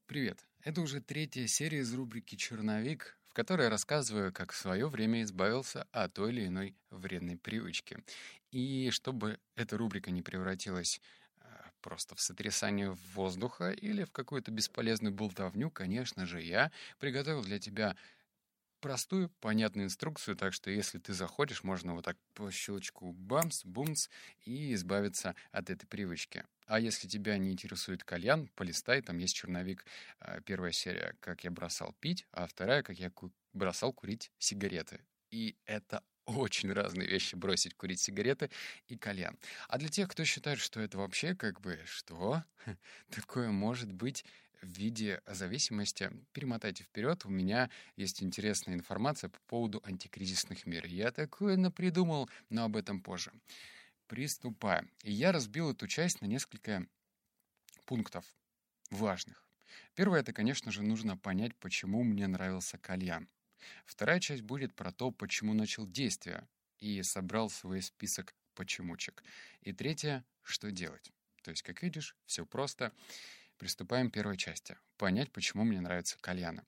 Привет! Это уже третья серия из рубрики «Черновик», в которой я рассказываю, как в свое время избавился от той или иной вредной привычки. И чтобы эта рубрика не превратилась просто в сотрясание воздуха или в какую-то бесполезную болтовню, конечно же, я приготовил для тебя простую, понятную инструкцию, так что если ты заходишь, можно вот так по щелчку бамс, бумс и избавиться от этой привычки. А если тебя не интересует кальян, полистай, там есть черновик. Первая серия, как я бросал пить, а вторая, как я бросал курить сигареты. И это очень разные вещи — бросить курить сигареты и кальян. А для тех, кто считает, что это вообще как бы что такое может быть в виде зависимости, перемотайте вперед. У меня есть интересная информация по поводу антикризисных мер. Я такое напридумал, но об этом позже. Приступаем. И я разбил эту часть на несколько пунктов важных. Первое — это, конечно же, нужно понять, почему мне нравился кальян. Вторая часть будет про то, почему начал действие и собрал свой список почемучек. И третье — что делать. То есть, как видишь, все просто. Приступаем к первой части. Понять, почему мне нравятся кальяны.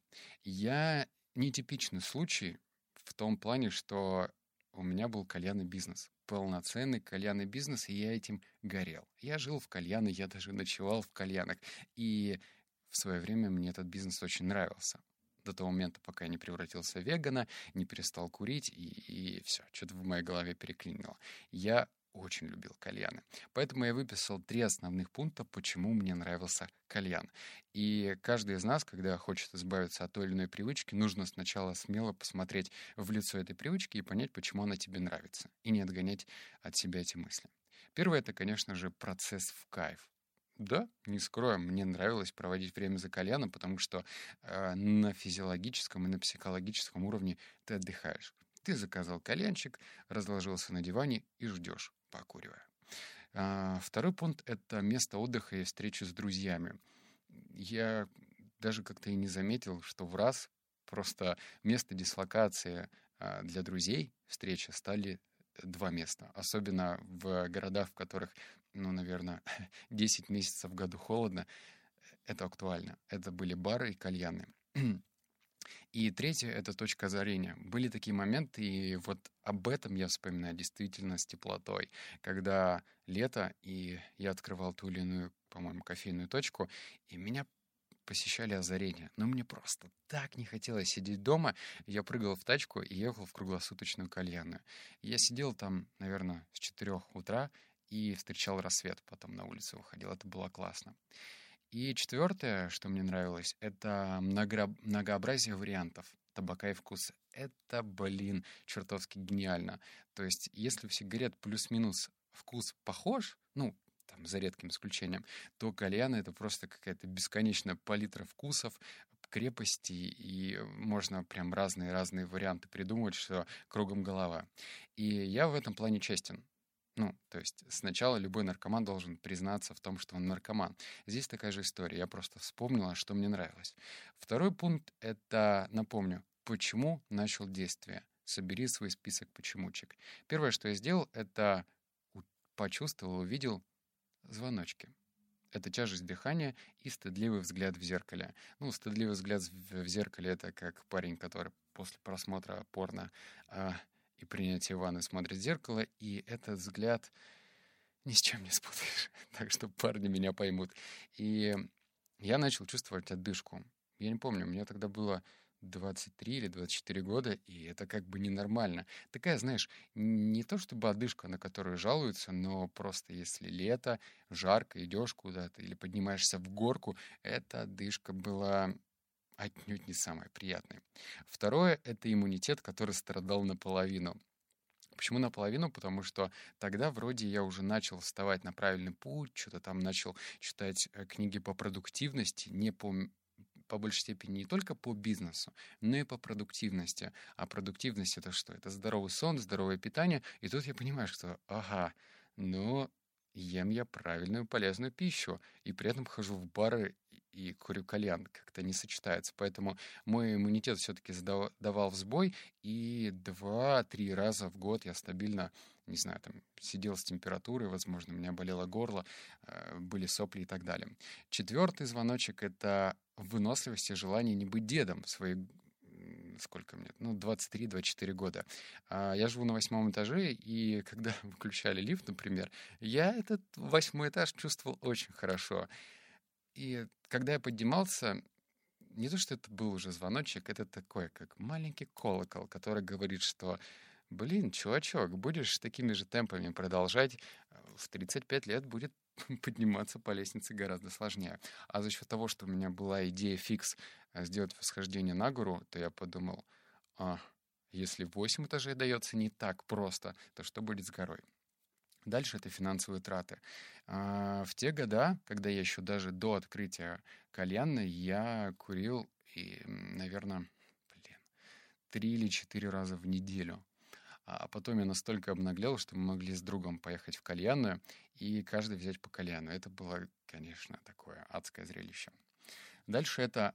Я нетипичный случай в том плане, что у меня был кальянный бизнес. Полноценный кальянный бизнес, и я этим горел. Я жил в кальяны, я даже ночевал в кальянах. И в свое время мне этот бизнес очень нравился. До того момента, пока я не превратился в вегана, не перестал курить, и все, что-то в моей голове переклинило. Я очень любил кальяны. Поэтому я выписал 3 основных пункта, почему мне нравился кальян. И каждый из нас, когда хочет избавиться от той или иной привычки, нужно сначала смело посмотреть в лицо этой привычки и понять, почему она тебе нравится, и не отгонять от себя эти мысли. Первое — это, конечно же, процесс в кайф. Да, не скрою, мне нравилось проводить время за кальяном, потому что на физиологическом и на психологическом уровне ты отдыхаешь. Ты заказал кальянчик, разложился на диване и ждешь, покуривая. Второй пункт — это место отдыха и встречи с друзьями. Я даже как-то и не заметил, что в раз просто место дислокации для друзей встречи стали 2 места. Особенно в городах, в которых, ну, наверное, 10 месяцев в году холодно. Это актуально. Это были бары и кальяны. И третье — это точка озарения. Были такие моменты, и вот об этом я вспоминаю действительно с теплотой. Когда лето, и я открывал ту или иную, по-моему, кофейную точку, и меня посещали озарения. Но мне просто так не хотелось сидеть дома. Я прыгал в тачку и ехал в круглосуточную кальянную. Я сидел там, наверное, с 4 утра и встречал рассвет. Потом на улицу выходил. Это было классно. И четвертое, что мне нравилось, это многообразие вариантов табака и вкуса. Это, блин, чертовски гениально. То есть, если у сигарет плюс-минус вкус похож, ну, там, за редким исключением, то кальян — это просто какая-то бесконечная палитра вкусов, крепости, и можно прям разные-разные варианты придумывать, что кругом голова. И я в этом плане честен. Ну, то есть сначала любой наркоман должен признаться в том, что он наркоман. Здесь такая же история. Я просто вспомнила, что мне нравилось. Второй пункт — это, напомню, почему начал действие. Собери свой список почемучек. Первое, что я сделал, это почувствовал, увидел звоночки. Это тяжесть дыхания и стыдливый взгляд в зеркале. Ну, стыдливый взгляд в зеркале — это как парень, который после просмотра порно и принятия ванны смотрит в зеркало, и этот взгляд ни с чем не спутаешь. Так что парни меня поймут. И я начал чувствовать отдышку. Я не помню, мне тогда было 23 или 24 года, и это как бы ненормально. Такая, знаешь, не то чтобы одышка, на которую жалуются, но просто если лето, жарко, идешь куда-то или поднимаешься в горку, эта одышка была отнюдь не самая приятная. Второе — это иммунитет, который страдал наполовину. Почему наполовину? Потому что тогда вроде я уже начал вставать на правильный путь, что-то там начал читать книги по продуктивности, не по большей степени не только по бизнесу, но и по продуктивности. А продуктивность — это что? Это здоровый сон, здоровое питание. И тут я понимаю, что, ага, ну, ем я правильную полезную пищу, и при этом хожу в бары и курю кальян. Как-то не сочетается. Поэтому мой иммунитет все-таки давал в сбой, и 2-3 раза в год я стабильно не знаю, там, сидел с температурой, возможно, у меня болело горло, были сопли и так далее. Четвертый звоночек — это выносливость и желание не быть дедом в свои сколько мне? Ну, 23-24 года. Я живу на 8 этаже, и когда выключали лифт, например, я этот 8 этаж чувствовал очень хорошо. И когда я поднимался, не то, что это был уже звоночек, это такой, как маленький колокол, который говорит, что, блин, чувачок, будешь такими же темпами продолжать, в 35 лет будет подниматься по лестнице гораздо сложнее. А за счет того, что у меня была идея фикс сделать восхождение на гору, то я подумал, а, если 8 этажей дается не так просто, то что будет с горой? Дальше это финансовые траты. В те года, когда я еще даже до открытия кальянной, я курил, и, наверное, 3 или 4 раза в неделю. А потом я настолько обнаглел, что мы могли с другом поехать в кальянную и каждый взять по кальяну. Это было, конечно, такое адское зрелище. Дальше это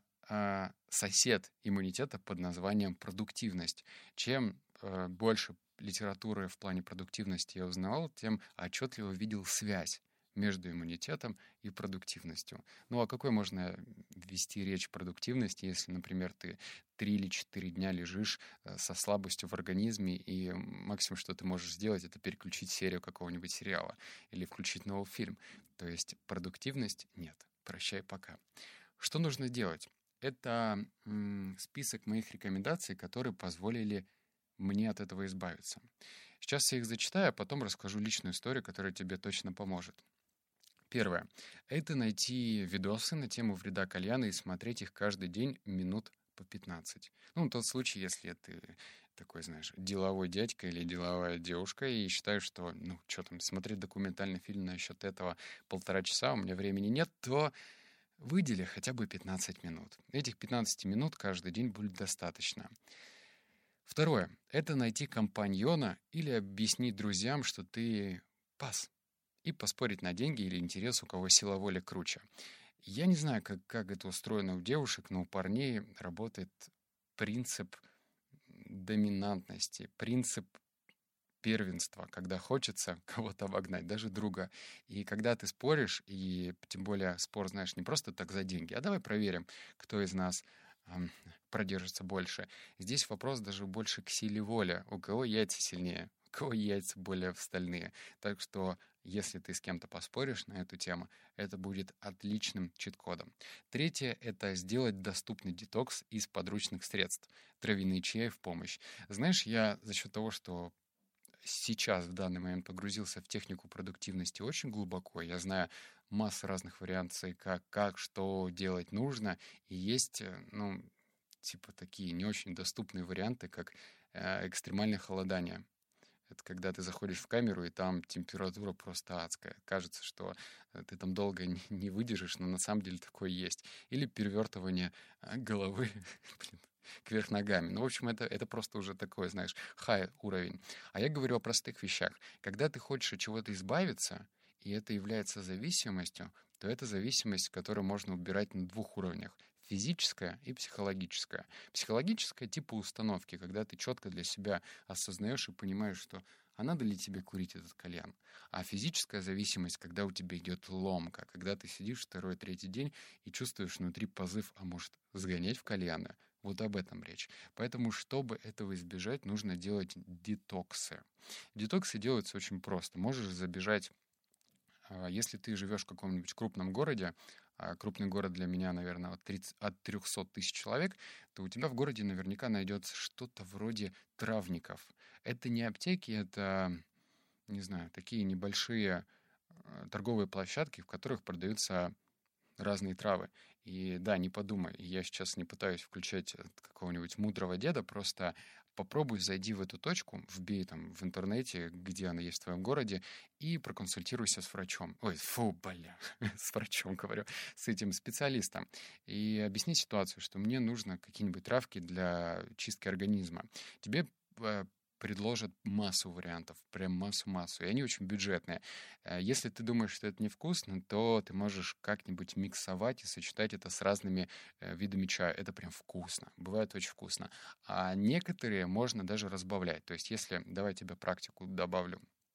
сосед иммунитета под названием продуктивность. Чем больше литературы в плане продуктивности я узнавал, тем отчетливо видел связь между иммунитетом и продуктивностью. Ну, а какой можно вести речь продуктивности, если, например, ты 3 или 4 дня лежишь со слабостью в организме, и максимум, что ты можешь сделать, это переключить серию какого-нибудь сериала или включить новый фильм. То есть продуктивность нет. Прощай, пока. Что нужно делать? Это список моих рекомендаций, которые позволили мне от этого избавиться. Сейчас я их зачитаю, а потом расскажу личную историю, которая тебе точно поможет. Первое. Это найти видосы на тему вреда кальяна и смотреть их каждый день минут по 15. Ну, тот случай, если ты такой, знаешь, деловой дядька или деловая девушка, и считаешь, что, ну, что там, смотреть документальный фильм насчет этого 1,5 часа, у меня времени нет, то выдели хотя бы 15 минут. Этих 15 минут каждый день будет достаточно. Второе. Это найти компаньона или объяснить друзьям, что ты пас, и поспорить на деньги или интерес, у кого сила воли круче. Я не знаю, как это устроено у девушек, но у парней работает принцип доминантности, принцип первенства, когда хочется кого-то обогнать, даже друга. И когда ты споришь, и тем более спор, знаешь, не просто так за деньги, а давай проверим, кто из нас продержится больше. Здесь вопрос даже больше к силе воли. У кого яйца сильнее, у кого яйца более стальные. Так что, если ты с кем-то поспоришь на эту тему, это будет отличным чит-кодом. Третье — это сделать доступный детокс из подручных средств. Травяные чаи в помощь. Знаешь, я за счет того, что сейчас в данный момент погрузился в технику продуктивности очень глубоко. Я знаю массу разных вариаций, что делать нужно. И есть, ну, типа такие не очень доступные варианты, как экстремальное холодание. Это когда ты заходишь в камеру, и там температура просто адская. Кажется, что ты там долго не выдержишь, но на самом деле такое есть. Или перевертывание головы блин, кверх ногами. Ну, в общем, это просто уже такой, знаешь, хай уровень. А я говорю о простых вещах. Когда ты хочешь от чего-то избавиться, и это является зависимостью, то это зависимость, которую можно убирать на 2 уровнях. Физическая и психологическая. Психологическая типа установки, когда ты четко для себя осознаешь и понимаешь, что а надо ли тебе курить этот кальян. А физическая зависимость, когда у тебя идет ломка, когда ты сидишь второй, третий день и чувствуешь внутри позыв, а может сгонять в кальяны. Вот об этом речь. Поэтому, чтобы этого избежать, нужно делать детоксы. Детоксы делаются очень просто. Можешь забежать, если ты живешь в каком-нибудь крупном городе, а крупный город для меня, наверное, от 300 тысяч человек, то у тебя в городе наверняка найдется что-то вроде травников. Это не аптеки, это, не знаю, такие небольшие торговые площадки, в которых продаются разные травы. И да, не подумай, я сейчас не пытаюсь включать какого-нибудь мудрого деда, просто попробуй зайди в эту точку, вбей там в интернете, где она есть в твоем городе, и проконсультируйся с врачом. Ой, фу, бля, с врачом, говорю, с этим специалистом. И объясни ситуацию, что мне нужно какие-нибудь травки для чистки организма. Тебе предложат массу вариантов, прям массу-массу, и они очень бюджетные. Если ты думаешь, что это невкусно, то ты можешь как-нибудь миксовать и сочетать это с разными видами чая. Это прям вкусно, бывает очень вкусно. А некоторые можно даже разбавлять. То есть если, давай я тебе практику добавлю,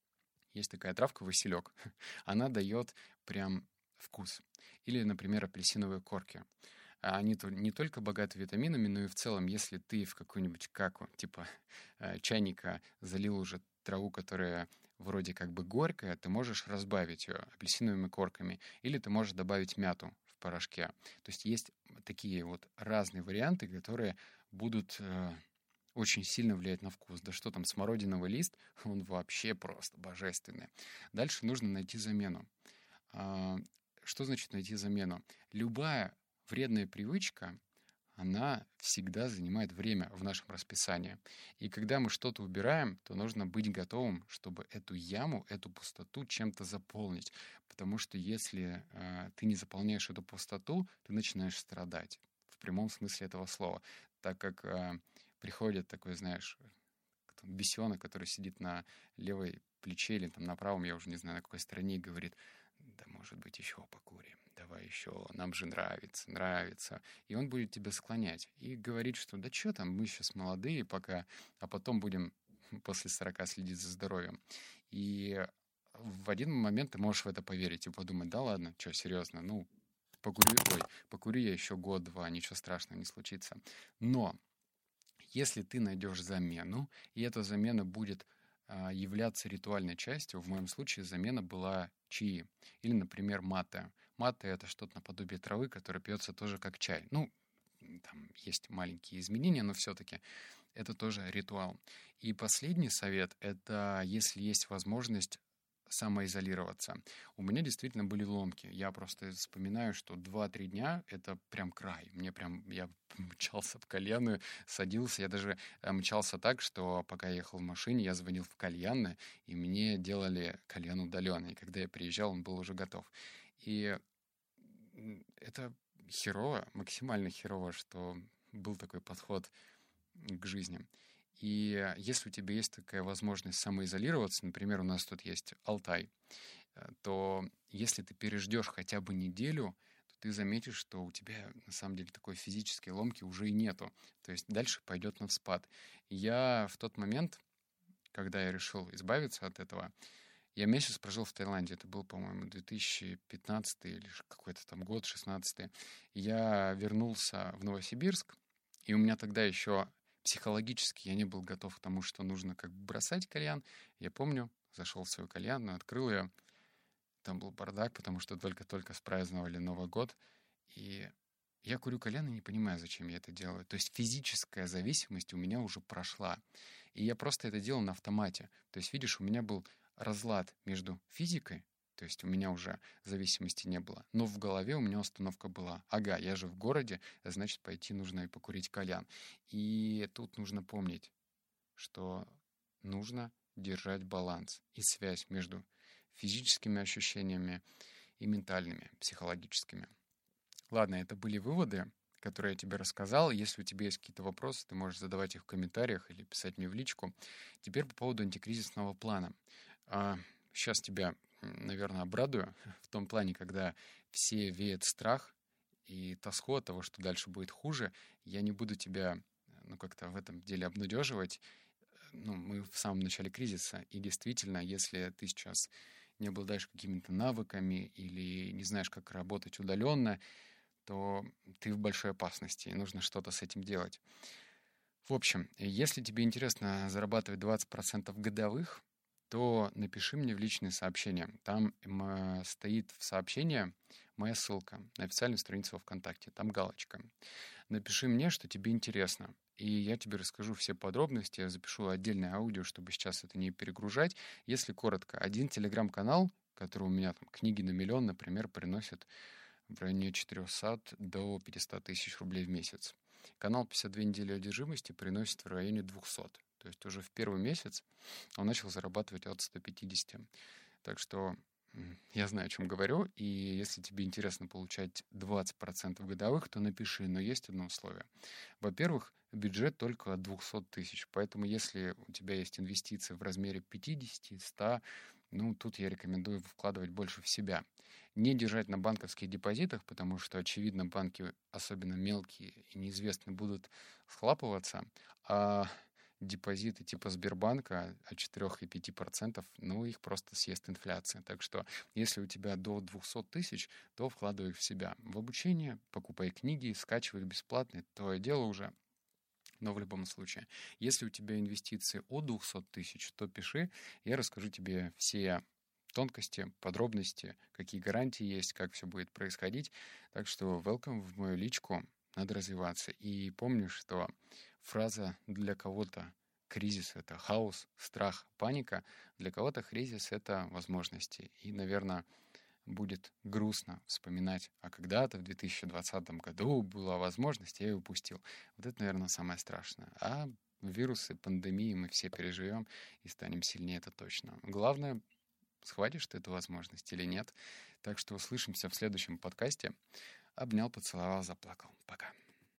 Есть такая травка василек. Она дает прям вкус. Или, например, апельсиновые корки. Они не только богаты витаминами, но и в целом, если ты в какую-нибудь каку, типа чайника, залил уже траву, которая вроде как бы горькая, ты можешь разбавить ее апельсиновыми корками. Или ты можешь добавить мяту в порошке. То есть есть такие вот разные варианты, которые будут очень сильно влияет на вкус. Да что там, смородиновый лист, он вообще просто божественный. Дальше нужно найти замену. А, Что значит найти замену? Любая вредная привычка, она всегда занимает время в нашем расписании. И когда мы что-то убираем, то нужно быть готовым, чтобы эту яму, эту пустоту чем-то заполнить. Потому что если ты не заполняешь эту пустоту, ты начинаешь страдать. В прямом смысле этого слова. Так как приходит такой, знаешь, бесенок, который сидит на левой плече или там на правом, я уже не знаю, на какой стороне, и говорит: да, может быть, еще покурим, давай еще, нам же нравится, нравится. И он будет тебя склонять и говорить, что да что там, мы сейчас молодые пока, а потом будем после 40 следить за здоровьем. И в один момент ты можешь в это поверить и подумать: да ладно, что, серьезно, ну, покурю я еще год-два, ничего страшного не случится. Но если ты найдешь замену, и эта замена будет являться ритуальной частью, в моем случае замена была чаи. Или, например, мате. Мате — это что-то наподобие травы, которая пьется тоже как чай. Ну, там есть маленькие изменения, но все-таки это тоже ритуал. И последний совет — это если есть возможность самоизолироваться. У меня действительно были ломки. Я просто вспоминаю, что 2-3 дня — это прям край. Я мчался в кальянную, садился. Я даже мчался так, что пока я ехал в машине, я звонил в кальянную, и мне делали кальян удаленно. И когда я приезжал, он был уже готов. И это херово, максимально херово, что был такой подход к жизни. И если у тебя есть такая возможность самоизолироваться, например, у нас тут есть Алтай, то если ты переждешь хотя бы неделю, то ты заметишь, что у тебя на самом деле такой физической ломки уже и нету. То есть дальше пойдет на спад. Я в тот момент, когда я решил избавиться от этого, я месяц прожил в Таиланде. Это был, по-моему, 2015 или какой-то там год, 16-й. Я вернулся в Новосибирск, и у меня тогда еще психологически я не был готов к тому, что нужно как бы бросать кальян. Я помню, зашел в свою кальянную, открыл ее. Там был бардак, потому что только-только спраздновали Новый год. И я курю кальян и не понимаю, зачем я это делаю. То есть физическая зависимость у меня уже прошла. И я просто это делал на автомате. То есть, видишь, у меня был разлад между физикой, то есть у меня уже зависимости не было, но в голове у меня установка была: ага, я же в городе, значит, пойти нужно и покурить кальян. И тут нужно помнить, что нужно держать баланс и связь между физическими ощущениями и ментальными, психологическими. Ладно, это были выводы, которые я тебе рассказал. Если у тебя есть какие-то вопросы, ты можешь задавать их в комментариях или писать мне в личку. Теперь по поводу антикризисного плана. Сейчас тебя, наверное, обрадую в том плане, когда все веет страх и тоску от того, что дальше будет хуже. Я не буду тебя, ну, как-то в этом деле обнадеживать. Ну, мы в самом начале кризиса, и действительно, если ты сейчас не обладаешь какими-то навыками или не знаешь, как работать удаленно, то ты в большой опасности, и нужно что-то с этим делать. В общем, если тебе интересно зарабатывать 20% годовых, то напиши мне в личные сообщения. Там стоит в сообщении моя ссылка на официальную страницу во ВКонтакте. Там галочка. Напиши мне, что тебе интересно. И я тебе расскажу все подробности. Я запишу отдельное аудио, чтобы сейчас это не перегружать. Если коротко, один телеграм-канал, который у меня там книги на миллион, например, приносит в районе 400 до 500 тысяч рублей в месяц. Канал «52 недели одержимости» приносит в районе 200. То есть уже в первый месяц он начал зарабатывать от 150. Так что я знаю, о чем говорю. И если тебе интересно получать 20% годовых, то напиши. Но есть одно условие. Во-первых, бюджет только от 200 тысяч. Поэтому если у тебя есть инвестиции в размере 50-100, ну, тут я рекомендую вкладывать больше в себя. Не держать на банковских депозитах, потому что, очевидно, банки, особенно мелкие и неизвестные, будут схлапываться, а депозиты типа Сбербанка от 4 и 5%, ну, их просто съест инфляция. Так что, если у тебя до 200 тысяч, то вкладывай их в себя. В обучение, покупай книги, скачивай их бесплатно, это твое дело уже. Но в любом случае, если у тебя инвестиции от 200 тысяч, то пиши, я расскажу тебе все тонкости, подробности, какие гарантии есть, как все будет происходить. Так что welcome в мою личку, надо развиваться. И помни, что фраза «для кого-то кризис — это хаос, страх, паника», для кого-то кризис — это возможности. И, наверное, будет грустно вспоминать, а когда-то в 2020 году была возможность, я ее упустил. Вот это, наверное, самое страшное. А вирусы, пандемии мы все переживем и станем сильнее, это точно. Главное, схватишь ты эту возможность или нет. Так что услышимся в следующем подкасте. Обнял, поцеловал, заплакал. Пока.